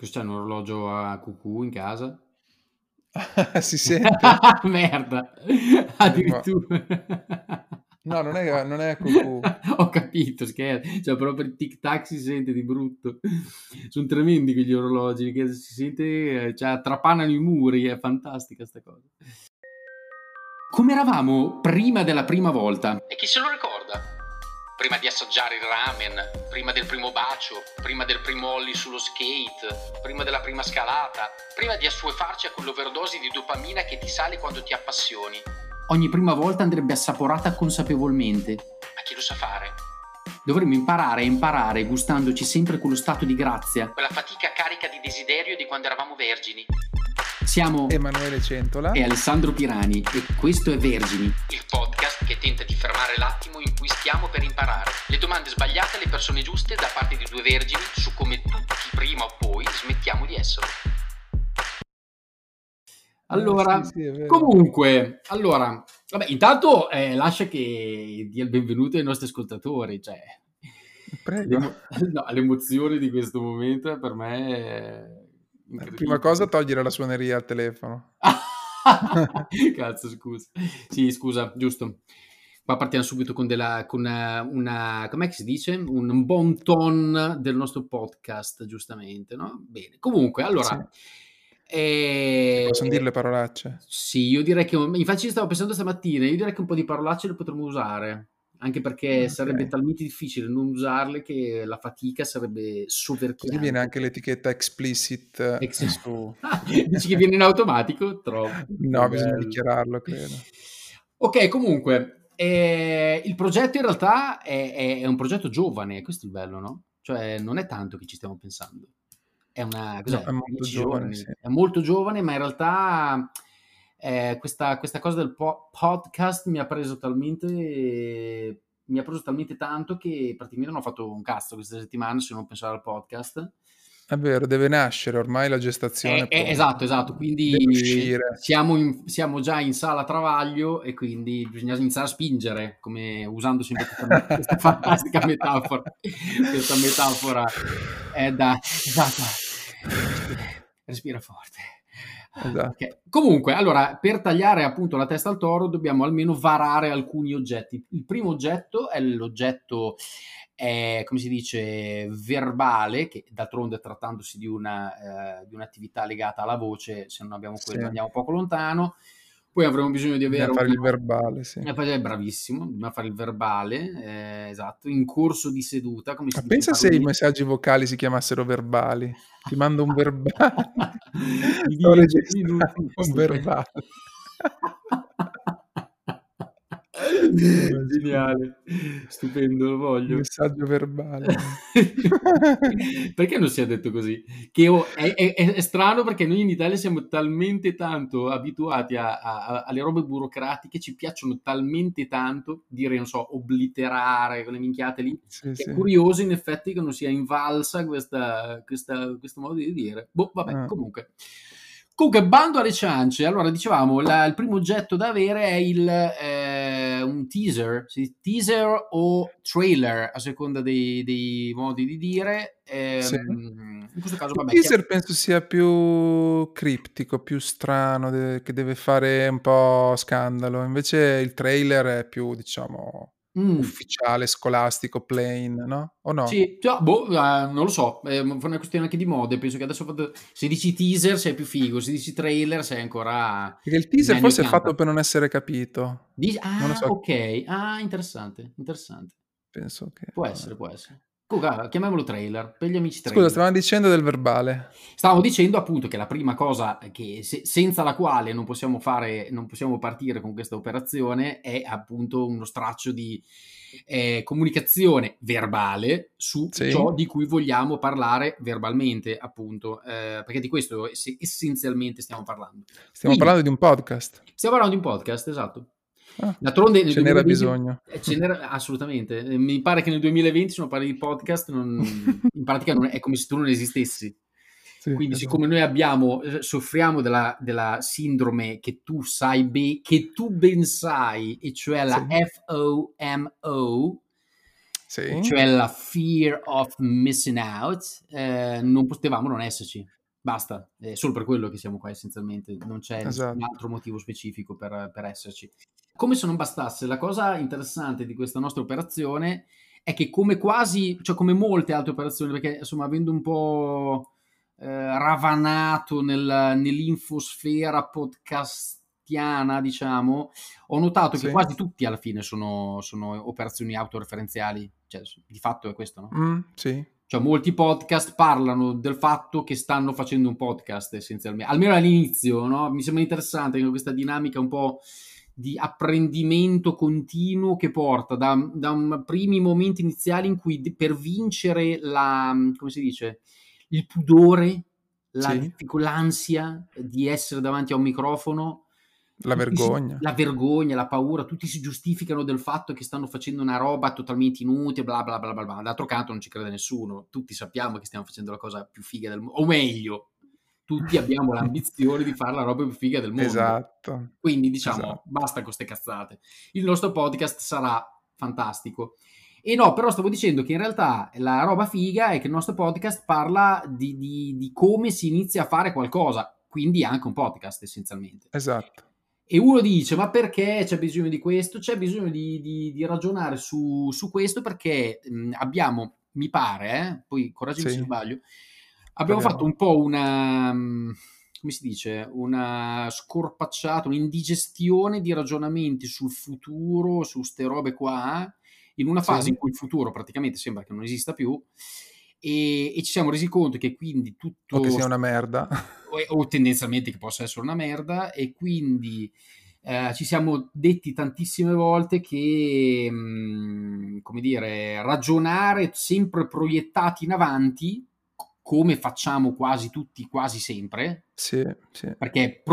C'è un orologio a cucù in casa? Si sente? Merda, Ma addirittura. no, non è a cucù. Ho capito, cioè però per il tic tac si sente di brutto. Sono tremendi quegli orologi, che si sente, cioè trapanano i muri, è fantastica sta cosa. Come eravamo prima della prima volta? E chi se lo ricorda? Prima di assaggiare il ramen, prima del primo bacio, prima del primo ollie sullo skate, prima della prima scalata, prima di assuefarci a quell'overdose di dopamina che ti sale quando ti appassioni. Ogni prima volta andrebbe assaporata consapevolmente. Ma chi lo sa fare? Dovremmo imparare a imparare, gustandoci sempre quello stato di grazia. Quella fatica carica di desiderio di quando eravamo vergini. Siamo Emanuele Centola e Alessandro Pirani e questo è Vergini, il podcast che tenta di fermare l'attimo in cui stiamo per imparare. Le domande sbagliate alle persone giuste da parte di due vergini su come tutti prima o poi smettiamo di esserlo. Allora, sì, è vero. comunque, vabbè, intanto lascia che dia il benvenuto ai nostri ascoltatori, cioè Prego. no, l'emozione di questo momento per me è incredibile. Prima cosa togliere la suoneria al telefono. Cazzo, scusa. Sì, scusa, giusto. Qua partiamo subito con una com'è che si dice? Un bon ton del nostro podcast, giustamente, no? Bene. Comunque, allora, Si possono dire le parolacce? sì, io direi che infatti ci stavo pensando stamattina, io direi che un po' di parolacce le potremmo usare, anche perché sarebbe Ok. talmente difficile non usarle che la fatica sarebbe Così soverchiante. viene anche l'etichetta explicit su... Dici che viene in automatico? Troppo No, bisogna bello. dichiararlo, credo. Ok, comunque, il progetto in realtà è un progetto giovane, questo è il bello, no? Cioè non è tanto che ci stiamo pensando. È No, cos'è? è molto 10 giovane, giorni. sì. È molto giovane, ma in realtà questa cosa del podcast mi ha preso talmente tanto che praticamente non ho fatto un cazzo queste settimane se non pensare al podcast. È vero, deve nascere, ormai la gestazione è pronta. Esatto, Deve quindi uscire. siamo già in sala travaglio e quindi bisogna iniziare a spingere, come usando sempre questa fantastica metafora. Questa metafora è da... Esatto. Respira forte. Esatto. Okay. Comunque, allora, per tagliare appunto la testa al toro dobbiamo almeno varare alcuni oggetti. Il primo oggetto è l'oggetto come si dice, verbale, che d'altronde trattandosi di un'attività legata alla voce, se non abbiamo Sì, quello andiamo poco lontano. Poi avremo bisogno di avere bisogna fare il verbale, sì. bravissimo, dobbiamo fare il verbale, esatto, in corso di seduta, come si Ma dice in pensa se i Parlamento. messaggi vocali si chiamassero verbali. Ti mando un verbale. I Sto video in 3 minuti, registrando un verbale. Geniale, stupendo, lo Un voglio. messaggio verbale. Perché non sia detto così? Che è strano perché noi in Italia siamo talmente tanto abituati alle robe burocratiche, ci piacciono talmente tanto dire, non so, obliterare, quelle minchiate lì, Sì, che è sì. curioso in effetti che non sia invalsa questo modo di dire. Boh, vabbè, Ah. comunque. Comunque, bando alle ciance, allora dicevamo, il primo oggetto da avere è un teaser, teaser o trailer, a seconda dei modi di dire. Sì. In questo caso, Il vabbè, teaser penso sia più criptico, più strano, che deve fare un po' scandalo. Invece il trailer è più, diciamo, ufficiale, scolastico, plain, no? O no? sì, già, boh, non lo so, è una questione anche di mode, penso che adesso se dici teaser sei più figo, se dici trailer sei ancora Perché il negli teaser anni forse è fatto 80. per non essere capito. Non lo so, Ok, interessante, interessante. penso che Può vabbè. essere, può essere. Comunque, chiamiamolo trailer, per gli amici Scusa, trailer. stavamo dicendo del verbale. Stavamo dicendo appunto che la prima cosa che senza la quale non possiamo partire con questa operazione è appunto uno straccio di comunicazione verbale su Sì? ciò di cui vogliamo parlare verbalmente, appunto, perché di questo essenzialmente stiamo parlando. Stiamo Quindi, parlando di un podcast. stiamo parlando di un podcast, esatto. Ah, D'altronde nel ce n'era 2020 bisogno. ce n'era assolutamente. Mi pare che nel 2020 se non parli di podcast in pratica è come se tu non esistessi. Sì, Quindi esatto. siccome noi soffriamo della sindrome che tu ben sai, e cioè la Sì. FOMO, cioè la fear of missing out, non potevamo non esserci. Basta, è solo per quello che siamo qua essenzialmente, non c'è nessun Esatto. altro motivo specifico per esserci. Come se non bastasse, la cosa interessante di questa nostra operazione è che come quasi, cioè come molte altre operazioni, perché insomma avendo un po' ravanato nell'infosfera podcastiana, diciamo, ho notato che Sì. quasi tutti alla fine sono operazioni autoreferenziali, cioè di fatto è questo, no? Sì. Cioè molti podcast parlano del fatto che stanno facendo un podcast essenzialmente, almeno all'inizio, no? Mi sembra interessante questa dinamica un po' di apprendimento continuo che porta da primi momenti iniziali in cui per vincere come si dice, il pudore, Sì. l'ansia di essere davanti a un microfono, La vergogna. la vergogna, la paura, tutti si giustificano del fatto che stanno facendo una roba totalmente inutile, bla bla bla bla bla. D'altro canto non ci crede nessuno, tutti sappiamo che stiamo facendo la cosa più figa del mondo, o meglio, tutti abbiamo l'ambizione di fare la roba più figa del mondo. Esatto. Quindi diciamo, Esatto. basta con ste cazzate. Il nostro podcast sarà fantastico. E no, però stavo dicendo che in realtà la roba figa è che il nostro podcast parla di come si inizia a fare qualcosa, quindi anche un podcast essenzialmente. Esatto. E uno dice, ma perché c'è bisogno di questo? C'è bisogno di ragionare su questo perché abbiamo, mi pare, poi correggimi se Sì. sbaglio, abbiamo fatto Speriamo. un po' una, come si dice, una scorpacciata, un'indigestione di ragionamenti sul futuro, su ste robe qua, in una fase Sì. in cui il futuro praticamente sembra che non esista più, e ci siamo resi conto che quindi O che tutto sia una merda. o tendenzialmente che possa essere una merda, e quindi ci siamo detti tantissime volte che, come dire, ragionare sempre proiettati in avanti, come facciamo quasi tutti, quasi sempre, Sì, sì. perché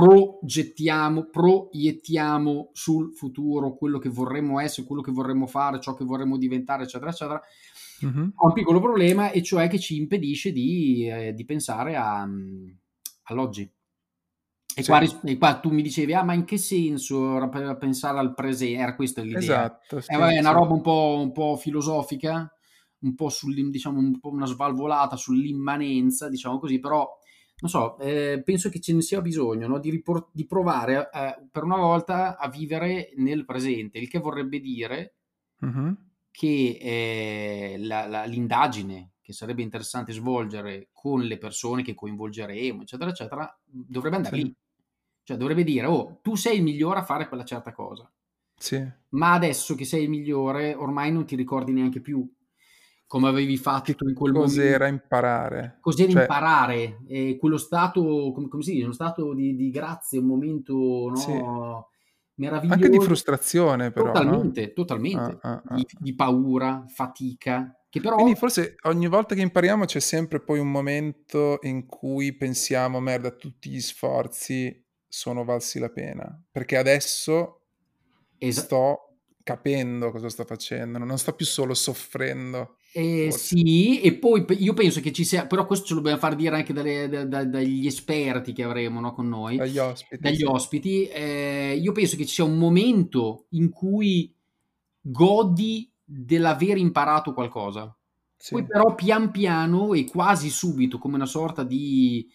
proiettiamo sul futuro quello che vorremmo essere, quello che vorremmo fare, ciò che vorremmo diventare, eccetera, eccetera. Mh-mh. Ha un piccolo problema, e cioè che ci impedisce di pensare all'oggi. Sì. E qua tu mi dicevi, ma in che senso pensare al presente? Era questa l'idea. Esatto, Vabbè, sì, è una sì. roba un po' filosofica, un po' diciamo, un po' una svalvolata sull'immanenza, diciamo così, però non so, penso che ce ne sia bisogno, no? Di provare per una volta a vivere nel presente, il che vorrebbe dire Mh-mh. che l'indagine che sarebbe interessante svolgere con le persone che coinvolgeremo, eccetera, eccetera, dovrebbe andare Sì. lì. Cioè dovrebbe dire, oh, tu sei il migliore a fare quella certa cosa, Sì. ma adesso che sei il migliore ormai non ti ricordi neanche più come avevi Che fatto in quel cos'era momento. imparare? Cos'era Cioè imparare, quello stato, come si dice, uno stato di grazia, un momento, sì. no, Anche di meraviglioso. frustrazione però, no? Totalmente, totalmente. Ah. Di paura, fatica, che Quindi però forse ogni volta che impariamo c'è sempre poi un momento in cui pensiamo: "Merda, tutti gli sforzi sono valsi la pena", perché adesso esa sto capendo cosa sto facendo, non sto più solo soffrendo, forse. sì, e poi io penso che ci sia, però questo ce lo dobbiamo far dire anche dagli esperti che avremo, no, con noi, Dagli ospiti, dagli sì. ospiti. Io penso che ci sia un momento in cui godi dell'aver imparato qualcosa. Poi Sì, però pian piano e quasi subito, come una sorta di,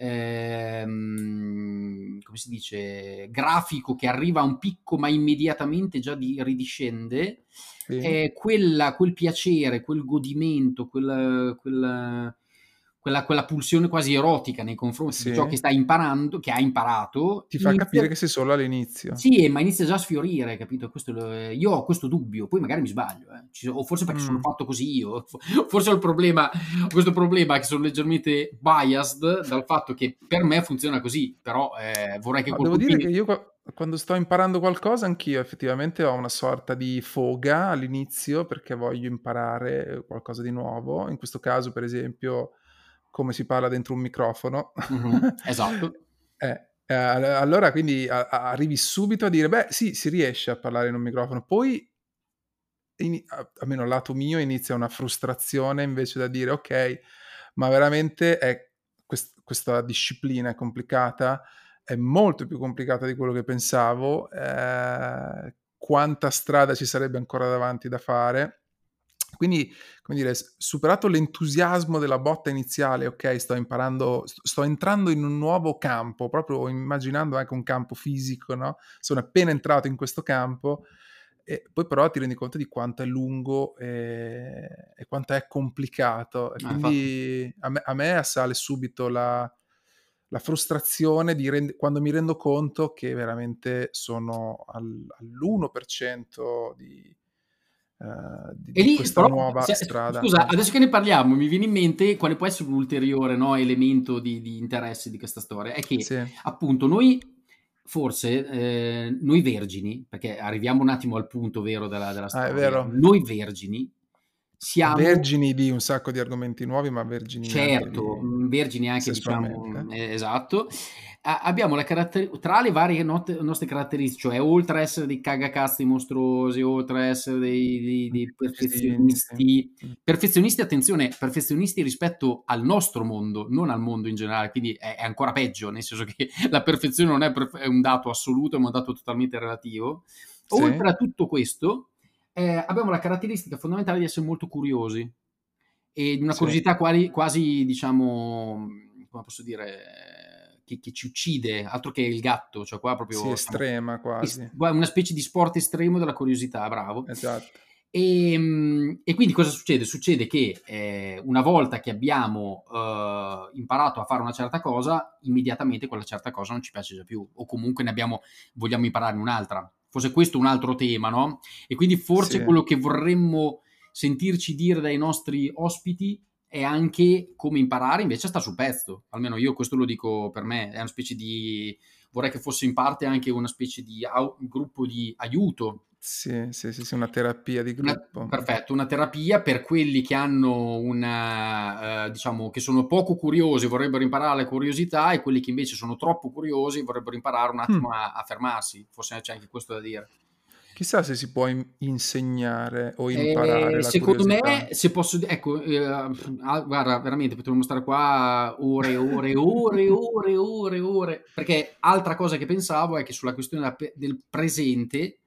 come si dice, grafico che arriva a un picco ma immediatamente già ridiscende, sì, quel piacere, quel godimento, quella pulsione quasi erotica nei confronti di ciò sì. che stai imparando, che hai imparato, Ti fa inizia. capire che sei solo all'inizio. Sì, ma inizia già a sfiorire, capito? Io ho questo dubbio, poi magari mi sbaglio, o forse perché sono Mh. fatto così io, forse ho il problema, questo problema che sono leggermente biased dal fatto che per me funziona così, però vorrei che Ma devo qualcuno dire che mi. io quando sto imparando qualcosa anch'io effettivamente ho una sorta di foga all'inizio, perché voglio imparare qualcosa di nuovo. In questo caso, per esempio, come si parla dentro un microfono. Esatto. Allora quindi arrivi subito a dire: "Beh, sì, si riesce a parlare in un microfono". Poi almeno al lato mio inizia una frustrazione invece da dire: "Okay, ma veramente è questa disciplina è complicata? È molto più complicata di quello che pensavo, quanta strada ci sarebbe ancora davanti da fare". Quindi, come dire, superato l'entusiasmo della botta iniziale, ok, sto entrando in un nuovo campo, proprio immaginando anche un campo fisico, no? Sono appena entrato in questo campo e poi però ti rendi conto di quanto è lungo e quanto è complicato. E Infatti. quindi a me assale subito la frustrazione quando mi rendo conto che veramente sono all'1% E di lì questa però, nuova strada. scusa, adesso che ne parliamo, mi viene in mente quale può essere un ulteriore, no, elemento di interesse di questa storia. È che Sì. appunto noi forse, noi vergini, perché arriviamo un attimo al punto vero della Ah, è storia, vero. noi vergini siamo. Vergini di un sacco di argomenti nuovi, ma vergini anche Certo, di vergini anche diciamo, sessualmente. esatto. Abbiamo la tra le varie nostre caratteristiche, cioè oltre a essere dei cagacazzi mostruosi, oltre a essere dei Difficili, sì. perfezionisti, attenzione, perfezionisti rispetto al nostro mondo, non al mondo in generale, quindi è ancora peggio, nel senso che la perfezione non è un dato assoluto, ma un dato totalmente relativo. Sì, Oltre a tutto questo, abbiamo la caratteristica fondamentale di essere molto curiosi e di una sì, curiosità quasi diciamo, come posso dire, che ci uccide, altro che il gatto, cioè qua sì, proprio siamo estrema quasi. una specie di sport estremo della curiosità, bravo. Esatto. E quindi cosa succede? Succede che una volta che abbiamo imparato a fare una certa cosa, immediatamente quella certa cosa non ci piace già più, o comunque vogliamo impararne un'altra. Forse questo è un altro tema, no? E quindi forse Sì. quello che vorremmo sentirci dire dai nostri ospiti è anche come imparare invece a sta sul pezzo. Almeno io questo lo dico per me, è una specie di. Vorrei che fosse in parte anche una specie di gruppo di aiuto. Sì, sì, sì, sì, una terapia di gruppo. Perfetto, una terapia per quelli che hanno una, diciamo, che sono poco curiosi, vorrebbero imparare la curiosità, e quelli che invece sono troppo curiosi vorrebbero imparare un Mh. attimo a fermarsi. Forse c'è anche questo da dire. Chissà se si può insegnare o imparare la Secondo curiosità. me, se posso, ecco, guarda, veramente potremmo stare qua ore e ore e ore e ore e ore e ore, perché altra cosa che pensavo è che sulla questione del presente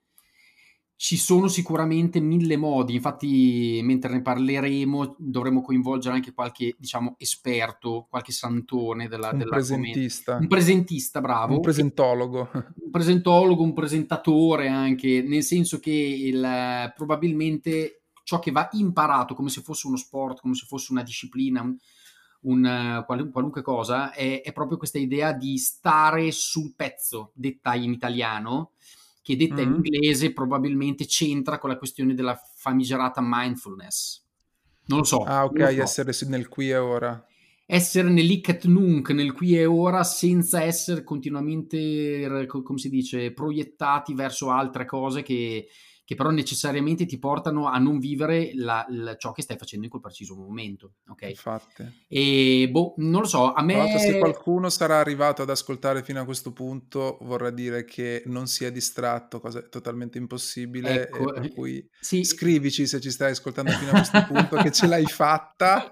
ci sono sicuramente mille modi, infatti mentre ne parleremo dovremo coinvolgere anche qualche, diciamo, esperto, qualche santone Un dell'argomento. Un presentista, presentista un bravo, presentologo. un presentologo, un presentatore anche, nel senso che probabilmente ciò che va imparato come se fosse uno sport, come se fosse una disciplina, qualunque cosa, è proprio questa idea di stare sul pezzo, detta in italiano, che detta in Mh. inglese probabilmente c'entra con la questione della famigerata mindfulness. Non lo so, Ah, non lo okay, so. essere nel qui e ora. Essere nell'hic et nunc, nel qui e ora, senza essere continuamente, come si dice, proiettati verso altre cose che però necessariamente ti portano a non vivere ciò che stai facendo in quel preciso momento, ok? Infatti. E boh, non lo so, a Tra l'altro se me. qualcuno sarà arrivato ad ascoltare fino a questo punto, vorrà dire che non si è distratto, cosa totalmente impossibile, e Ecco, per cui sì. scrivici se ci stai ascoltando fino a questo punto che ce l'hai fatta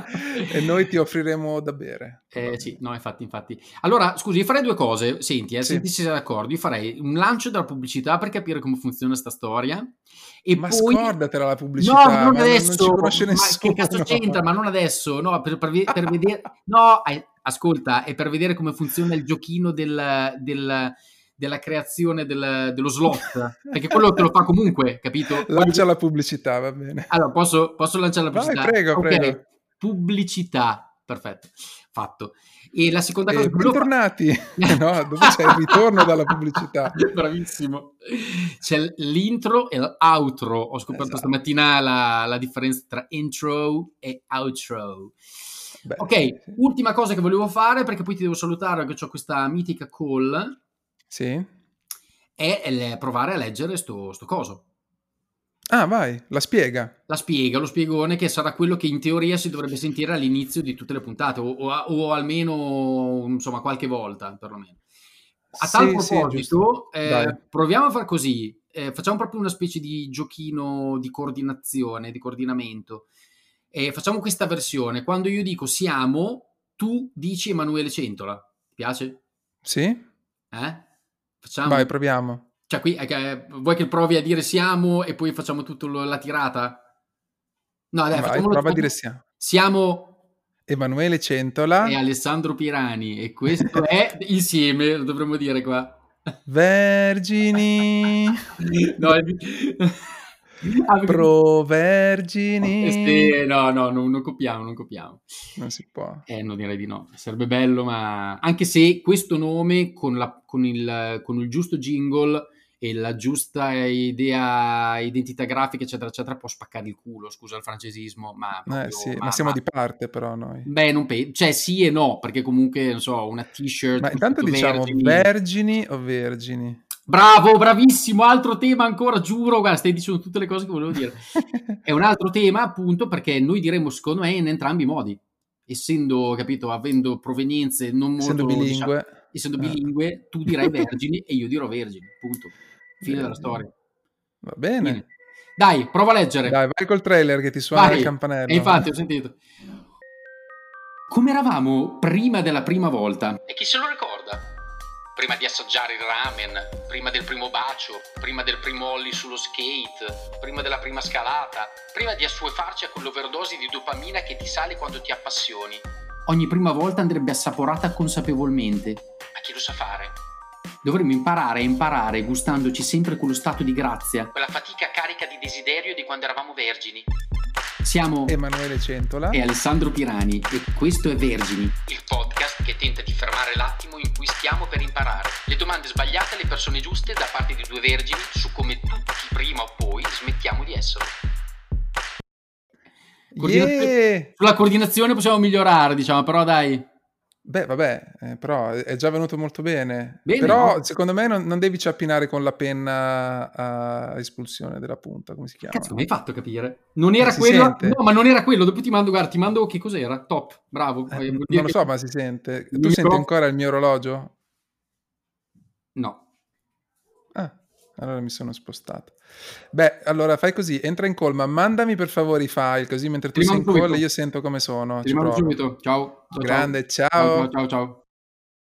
e noi ti offriremo da bere, Sì, probabilmente. no, infatti. Allora, scusi, io farei due cose. Senti, Sì. senti se sei d'accordo. Io farei un lancio della pubblicità per capire come funziona sta storia, e Ma poi. scordatela la No, ma pubblicità, non ma non ci adesso. conosce Ma che cazzo nessuno. c'entra? Ma non adesso. No, per vedere. No, ascolta, è per vedere come funziona il giochino della creazione dello slot. Perché quello te lo fa comunque, capito? Lancia la pubblicità, va bene. Allora, posso lanciare la Vai, pubblicità? prego, prego. Ok, pubblicità. Perfetto, fatto. E la seconda cosa E che volevo fare. bentornati, no, dopo c'è il ritorno dalla pubblicità. Bravissimo. C'è l'intro e l'outro. Ho scoperto Esatto. stamattina la differenza tra intro e outro. Beh, sì, Ok, sì. ultima cosa che volevo fare, perché poi ti devo salutare perché ho questa mitica call, Sì? è provare a leggere sto coso. Ah, vai, la spiega. Lo spiegone, che sarà quello che in teoria si dovrebbe sentire all'inizio di tutte le puntate, o almeno, insomma, qualche volta perlomeno. A tal Sì, sì, giusto. proposito, Vai. proviamo a far così, facciamo proprio una specie di giochino di coordinazione, di coordinamento. Facciamo questa versione: quando io dico siamo, tu dici Emanuele Centola. Ti piace? Sì? Vai, Facciamo? proviamo. Cioè, qui, vuoi che provi a dire siamo e poi facciamo tutta la tirata? No, dai, Vai, facciamolo. prova a dire sia. Siamo Emanuele e Centola. Alessandro Pirani, e questo è insieme, lo dovremmo dire qua. Vergini. No, Pro vergini. sì, no, non copiamo, non copiamo. Non si può. No, direi di no. Sarebbe bello, ma anche se questo nome con il giusto jingle e la giusta identità grafica, eccetera, eccetera, può spaccare il culo, scusa il francesismo, ma proprio... Sì, ma siamo di parte però noi. Beh, non cioè sì e no, perché comunque, non so, una t-shirt Ma con intanto scritto diciamo vergini... vergini o vergini? Bravo, bravissimo, altro tema ancora, giuro, guarda, stai dicendo tutte le cose che volevo dire. È un altro tema, appunto, perché noi diremmo, secondo me, in entrambi i modi. Essendo, capito, avendo provenienze non Essendo molto, diciamo, bilingue. essendo bilingue, tu dirai vergini e io dirò vergini, punto. Fine della Vergini. storia. Va Fine. bene. Dai, prova a leggere. Dai, vai col trailer che ti suona il Vai. E campanello. infatti, ho sentito. Come eravamo prima della prima volta? E chi se lo ricorda? Prima di assaggiare il ramen, prima del primo bacio, prima del primo ollie sullo skate, prima della prima scalata, prima di assuefarci a quell'overdose di dopamina che ti sale quando ti appassioni. Ogni prima volta andrebbe assaporata consapevolmente. Ma chi lo sa fare? Dovremmo imparare a imparare, gustandoci sempre quello stato di grazia. Quella fatica carica di desiderio di quando eravamo vergini. Siamo Emanuele Centola e Alessandro Pirani e questo è Vergini, il podcast che tenta di fermare l'attimo in cui stiamo per imparare. Le domande sbagliate alle persone giuste da parte di due vergini su come tutti prima o poi smettiamo di esserlo. Sulla coordinazione possiamo migliorare, diciamo, però dai. Beh, vabbè, però è già venuto molto bene. Bene, però no? secondo me non devi ciappinare con la penna a espulsione della punta, come si chiama? Cazzo, mi hai fatto capire. Non era si quello. sente? No, ma non era quello. Dopo ti mando, guarda, ti mando che cos'era. Top, bravo. Non lo so, ma si sente. Tu senti ancora il mio orologio? No. Ah, allora mi sono spostato. Beh, allora fai così, entra in call, ma mandami per favore i file, così mentre tu sei in call io sento come sono. Ti mando subito. Ciao. Grande, ciao. Ciao, ciao, ciao.